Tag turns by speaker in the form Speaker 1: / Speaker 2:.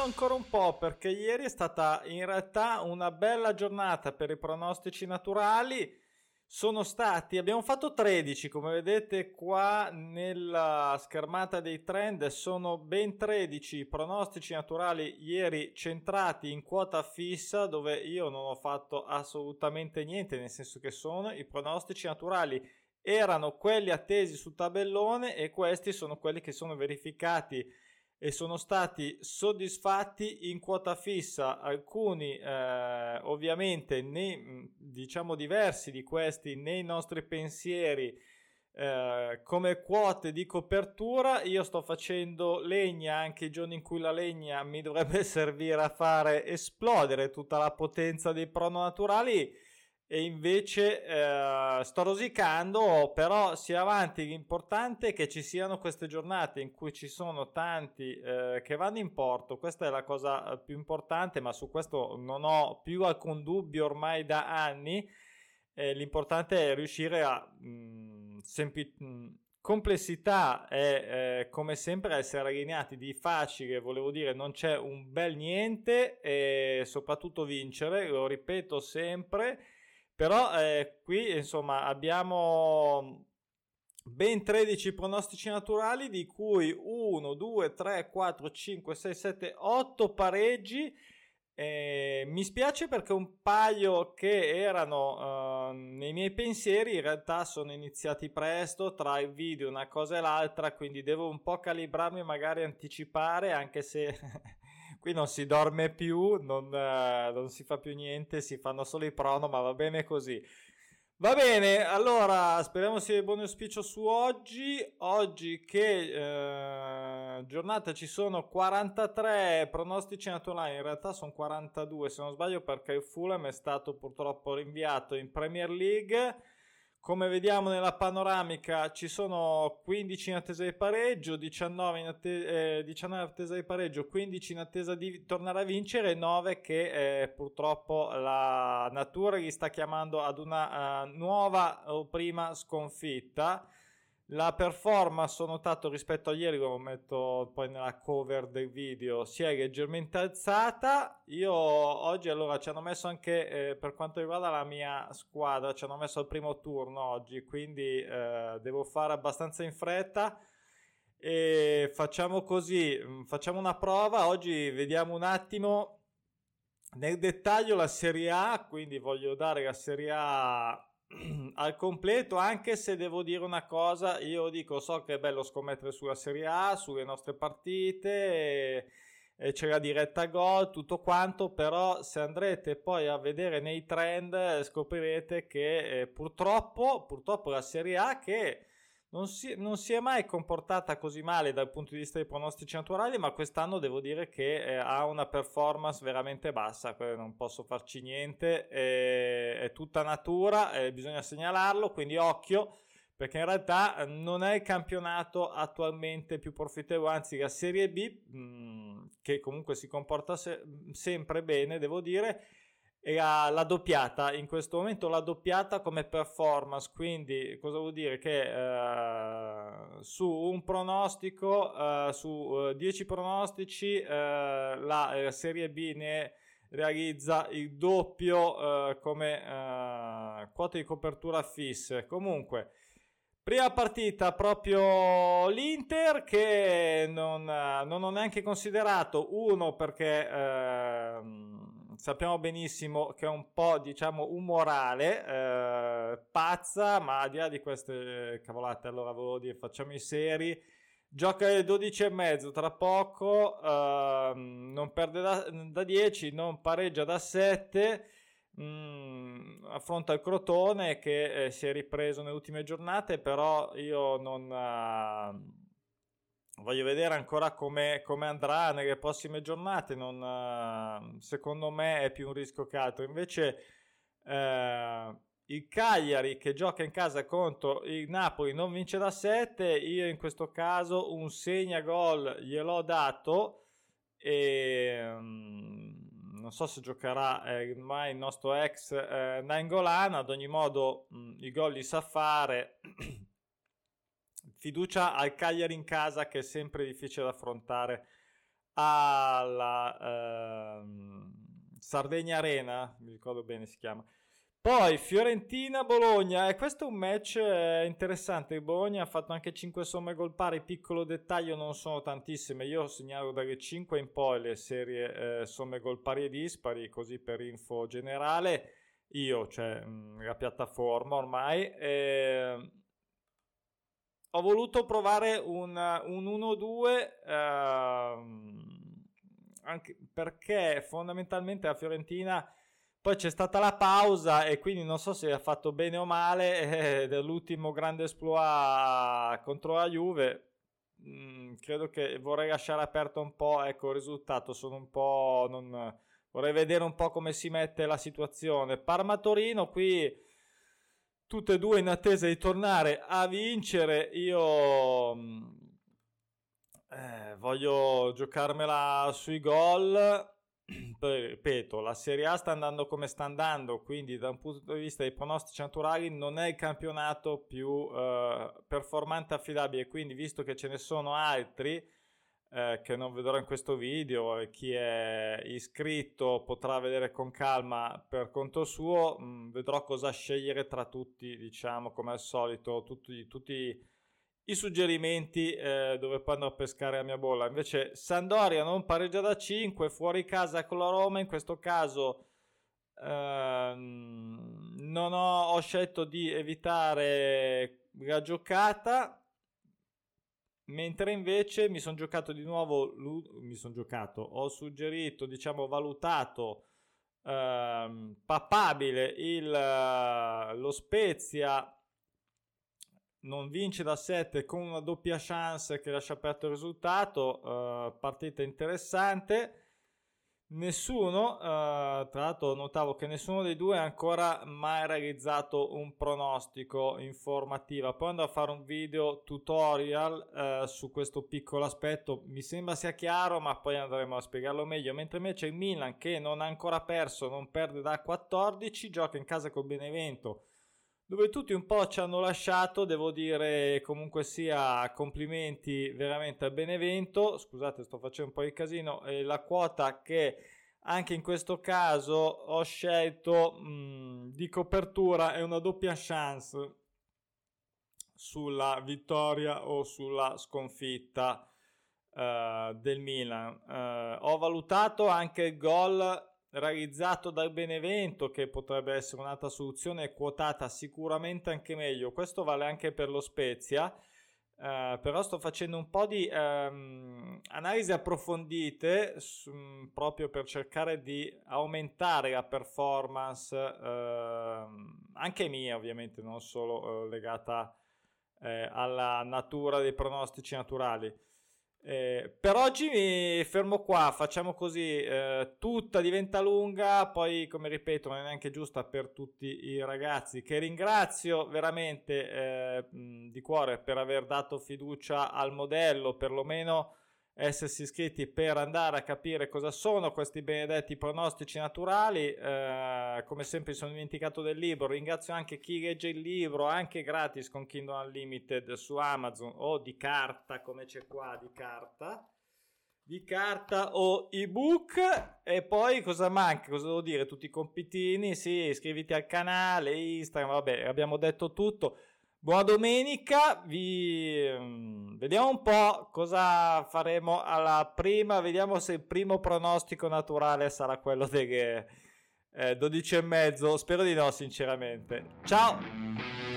Speaker 1: ancora un po' perché ieri è stata in realtà una bella giornata per i pronostici naturali. Abbiamo fatto 13, come vedete qua nella schermata dei trend, sono ben 13 pronostici naturali ieri centrati in quota fissa, dove io non ho fatto assolutamente niente, nel senso che sono i pronostici naturali erano quelli attesi sul tabellone e questi sono quelli che sono verificati e sono stati soddisfatti in quota fissa. Alcuni ovviamente diciamo diversi di questi nei nostri pensieri come quote di copertura. Io sto facendo legna anche i giorni in cui la legna mi dovrebbe servire a fare esplodere tutta la potenza dei prono naturali, e invece sto rosicando, però sia avanti. L'importante è che ci siano queste giornate in cui ci sono tanti che vanno in porto. Questa è la cosa più importante, ma su questo non ho più alcun dubbio ormai da anni. L'importante è riuscire a complessità e come sempre essere allineati. Di facile, volevo dire, non c'è un bel niente, e soprattutto vincere, lo ripeto sempre. Però qui insomma abbiamo ben 13 pronostici naturali, di cui 1, 2, 3, 4, 5, 6, 7, 8 pareggi. Mi spiace perché un paio che erano nei miei pensieri in realtà sono iniziati presto, tra il video una cosa e l'altra, quindi devo un po' calibrarmi, magari anticipare, anche se qui non si dorme più, non si fa più niente, si fanno solo i prono, ma va bene così. Va bene, allora speriamo sia di buon auspicio su oggi. Oggi che giornata ci sono 43 pronostici naturali, in realtà sono 42 se non sbaglio, perché il Fulham è stato purtroppo rinviato in Premier League. Come vediamo nella panoramica ci sono 15 in attesa di pareggio, 19 in attesa di pareggio, 15 in attesa di tornare a vincere e 9 che purtroppo la natura gli sta chiamando ad una nuova o prima sconfitta. La performance, ho notato, rispetto a ieri, lo metto poi nella cover del video, si è leggermente alzata. Io oggi, allora, ci hanno messo anche per quanto riguarda la mia squadra, ci hanno messo al primo turno oggi, quindi devo fare abbastanza in fretta. E facciamo così, facciamo una prova. Oggi vediamo un attimo nel dettaglio la Serie A, quindi voglio dare la Serie A al completo, anche se devo dire una cosa. Io dico, so che è bello scommettere sulla Serie A, sulle nostre partite, e c'è la diretta gol, tutto quanto, però se andrete poi a vedere nei trend scoprirete che purtroppo la Serie A, che non si è mai comportata così male dal punto di vista dei pronostici naturali, ma quest'anno devo dire che ha una performance veramente bassa. Non posso farci niente, è tutta natura, bisogna segnalarlo, quindi occhio, perché in realtà non è il campionato attualmente più profittevole, anzi la Serie B, che comunque si comporta sempre bene, devo dire, e la doppiata in questo momento, la doppiata come performance. Quindi cosa vuol dire? Che su un pronostico, su 10 pronostici, la Serie B ne realizza il doppio come quota di copertura fisse. Comunque, prima partita proprio l'Inter, che non ho neanche considerato. Uno, perché sappiamo benissimo che è un po', diciamo, umorale, pazza, ma al di là di queste cavolate, allora volevo dire, facciamo i seri. Gioca alle 12:30 tra poco, non perde da 10, non pareggia da 7. Affronta il Crotone, che si è ripreso nelle ultime giornate, però io non voglio vedere ancora come andrà nelle prossime giornate. Secondo me è più un rischio che altro. Invece il Cagliari, che gioca in casa contro il Napoli, non vince da 7. Io in questo caso un segna gol gliel'ho dato, e non so se giocherà mai il nostro ex Nainggolan. Ad ogni modo i gol li sa fare. Fiducia al Cagliari in casa, che è sempre difficile da affrontare alla Sardegna Arena, mi ricordo bene si chiama. Poi Fiorentina-Bologna, e questo è un match interessante. Il Bologna ha fatto anche 5 somme gol pari, piccolo dettaglio, non sono tantissime. Io segnalo dalle 5 in poi le serie somme gol pari e dispari, così per info generale. Cioè la piattaforma ormai, ho voluto provare un 1-2, anche perché fondamentalmente la Fiorentina, poi c'è stata la pausa e quindi non so se ha fatto bene o male dell'ultimo grande exploit contro la Juve. Credo che vorrei lasciare aperto un po', ecco, il risultato. Sono un po' vorrei vedere un po' come si mette la situazione. Parma-Torino, qui tutte e due in attesa di tornare a vincere. Io voglio giocarmela sui gol. Poi ripeto, la Serie A sta andando come sta andando, quindi da un punto di vista dei pronostici naturali non è il campionato più performante e affidabile, quindi visto che ce ne sono altri che non vedrò in questo video, e chi è iscritto potrà vedere con calma per conto suo, vedrò cosa scegliere tra tutti, diciamo, come al solito, tutti i suggerimenti dove poi andrò a pescare la mia bolla. Invece Sampdoria non pareggia da 5, fuori casa con la Roma. In questo caso ho scelto di evitare la giocata, mentre invece mi sono giocato di nuovo, ho suggerito, diciamo valutato papabile lo Spezia non vince da 7 con una doppia chance che lascia aperto il risultato. Partita interessante. Nessuno, tra l'altro notavo che nessuno dei due ha ancora mai realizzato un pronostico informativa. Poi andrò a fare un video tutorial su questo piccolo aspetto, mi sembra sia chiaro, ma poi andremo a spiegarlo meglio. Mentre invece il Milan, che non ha ancora perso, non perde da 14, gioca in casa col Benevento, dove tutti un po' ci hanno lasciato. Devo dire comunque sia complimenti veramente al Benevento. Scusate, sto facendo un po' di casino. La quota che anche in questo caso ho scelto di copertura è una doppia chance sulla vittoria o sulla sconfitta del Milan. Ho valutato anche il gol realizzato dal Benevento, che potrebbe essere un'altra soluzione, quotata sicuramente anche meglio. Questo vale anche per lo Spezia, però sto facendo un po' di analisi approfondite proprio per cercare di aumentare la performance anche mia, ovviamente non solo legata alla natura dei pronostici naturali. Per oggi mi fermo qua, facciamo così, tutta diventa lunga, poi come ripeto non è neanche giusta per tutti i ragazzi, che ringrazio veramente di cuore per aver dato fiducia al modello, perlomeno essersi iscritti per andare a capire cosa sono questi benedetti pronostici naturali. Come sempre mi sono dimenticato del libro, ringrazio anche chi legge il libro anche gratis con Kindle Unlimited su Amazon, o di carta, come c'è qua, di carta o ebook. E poi cosa manca, cosa devo dire, tutti i compitini, sì, iscriviti al canale, Instagram, vabbè, abbiamo detto tutto. Buona domenica, vediamo un po' cosa faremo alla prima, vediamo se il primo pronostico naturale sarà quello delle 12:30, spero di no sinceramente. Ciao!